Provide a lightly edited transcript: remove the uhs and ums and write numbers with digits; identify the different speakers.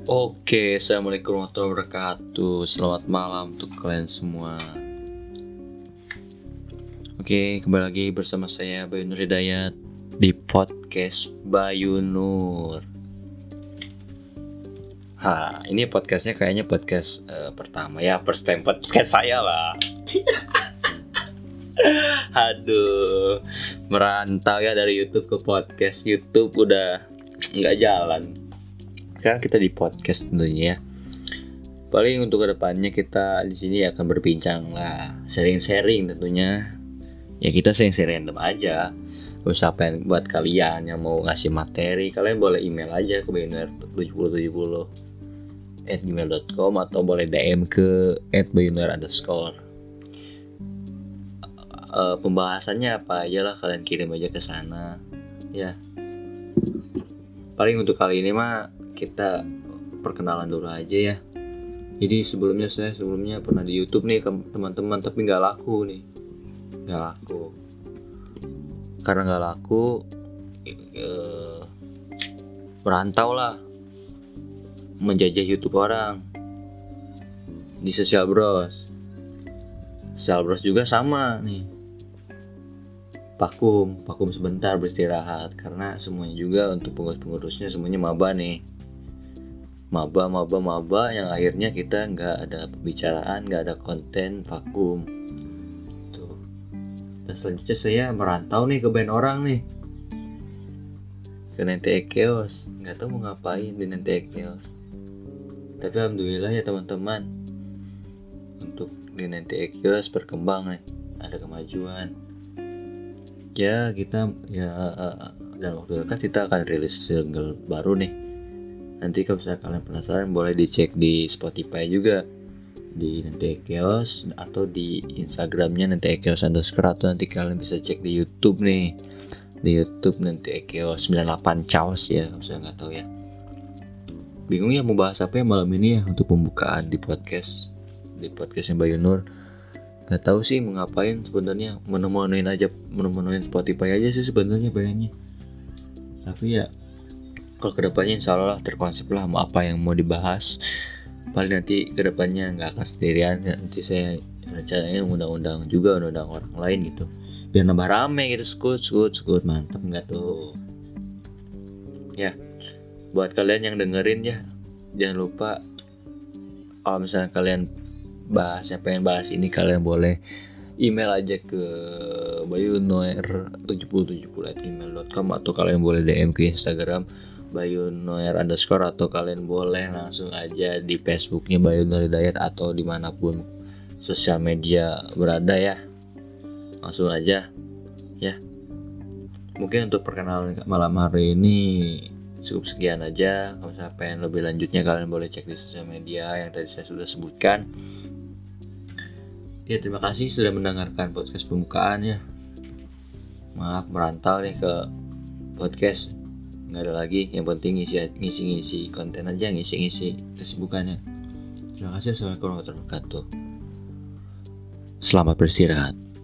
Speaker 1: Oke, assalamualaikum warahmatullahi wabarakatuh. Selamat malam untuk kalian semua. Oke, kembali lagi bersama saya Bayu Nur Hidayat di podcast Bayu Nur. Ini podcastnya kayaknya podcast pertama ya, first time podcast saya lah. Aduh, merantau ya dari YouTube ke podcast. YouTube udah nggak jalan. Sekarang kita di podcast tentunya ya. Paling untuk kedepannya kita di sini akan berbincang lah, sharing-sharing tentunya. Ya kita sharing-sharing random aja. Terus apa yang buat kalian yang mau ngasih materi, kalian boleh email aja ke bayunuer7070@gmail.com atau boleh DM ke @bayunuer_. Pembahasannya apa aja lah kalian kirim aja ke sana. Ya. Paling untuk kali ini mah kita perkenalan dulu aja ya. Jadi saya sebelumnya pernah di YouTube nih ke teman-teman, tapi nggak laku. Karena nggak laku, merantau lah, menjajah YouTube orang di Social Bros. Social Bros juga sama nih. Vakum sebentar beristirahat karena semuanya juga untuk pengurus-pengurusnya semuanya maba nih. Maba yang akhirnya kita nggak ada pembicaraan, nggak ada konten, vakum tuh. Dan selanjutnya saya merantau nih ke band orang nih, ke Nente Chaos. Nggak tahu mau ngapain di Nente Chaos, tapi alhamdulillah ya teman-teman, untuk di Nente Chaos berkembang nih, ada kemajuan ya. Kita ya dalam waktu dekat kita akan rilis single baru nih. Nanti kalau misalnya kalian penasaran boleh dicek di Spotify juga, di Nente Chaos, atau di Instagramnya Nente Chaos _ atau nanti kalian bisa cek di YouTube nih, di YouTube Nente Chaos 98 Chaos ya, kalau misalnya nggak tahu ya. Bingung ya mau bahas apa ya malam ini ya untuk pembukaan di podcastnya Bayu Nur. Nggak tahu sih mau ngapain sebenarnya, menemuin Spotify aja sih sebenarnya pengennya. Tapi ya kalau kedepannya insya Allah terkonsep lah mau apa yang mau dibahas. Paling nanti kedepannya nggak akan sendirian, nanti saya rencananya undang orang lain gitu, biar nambah rame gitu. Skut mantap nggak tuh ya. Buat kalian yang dengerin ya, jangan lupa kalau misalnya kalian pengen bahas ini, kalian boleh email aja ke bayunuer7070@gmail.com atau kalian boleh DM ke Instagram bayunuer_, atau kalian boleh langsung aja di Facebooknya Bayu Nur Hidayat atau dimanapun sosial media berada ya, langsung aja ya. Mungkin untuk perkenalan malam hari ini cukup sekian aja. Kalau misalnya pengen lebih lanjutnya kalian boleh cek di sosial media yang tadi saya sudah sebutkan ya. Terima kasih sudah mendengarkan podcast pembukaan ya. Maaf merantau nih ke podcast, nggak ada lagi. Yang penting ngisi konten aja, ngisi kesibukannya. Terima kasih. Assalamualaikum warahmatullahi wabarakatuh. Selamat beristirahat.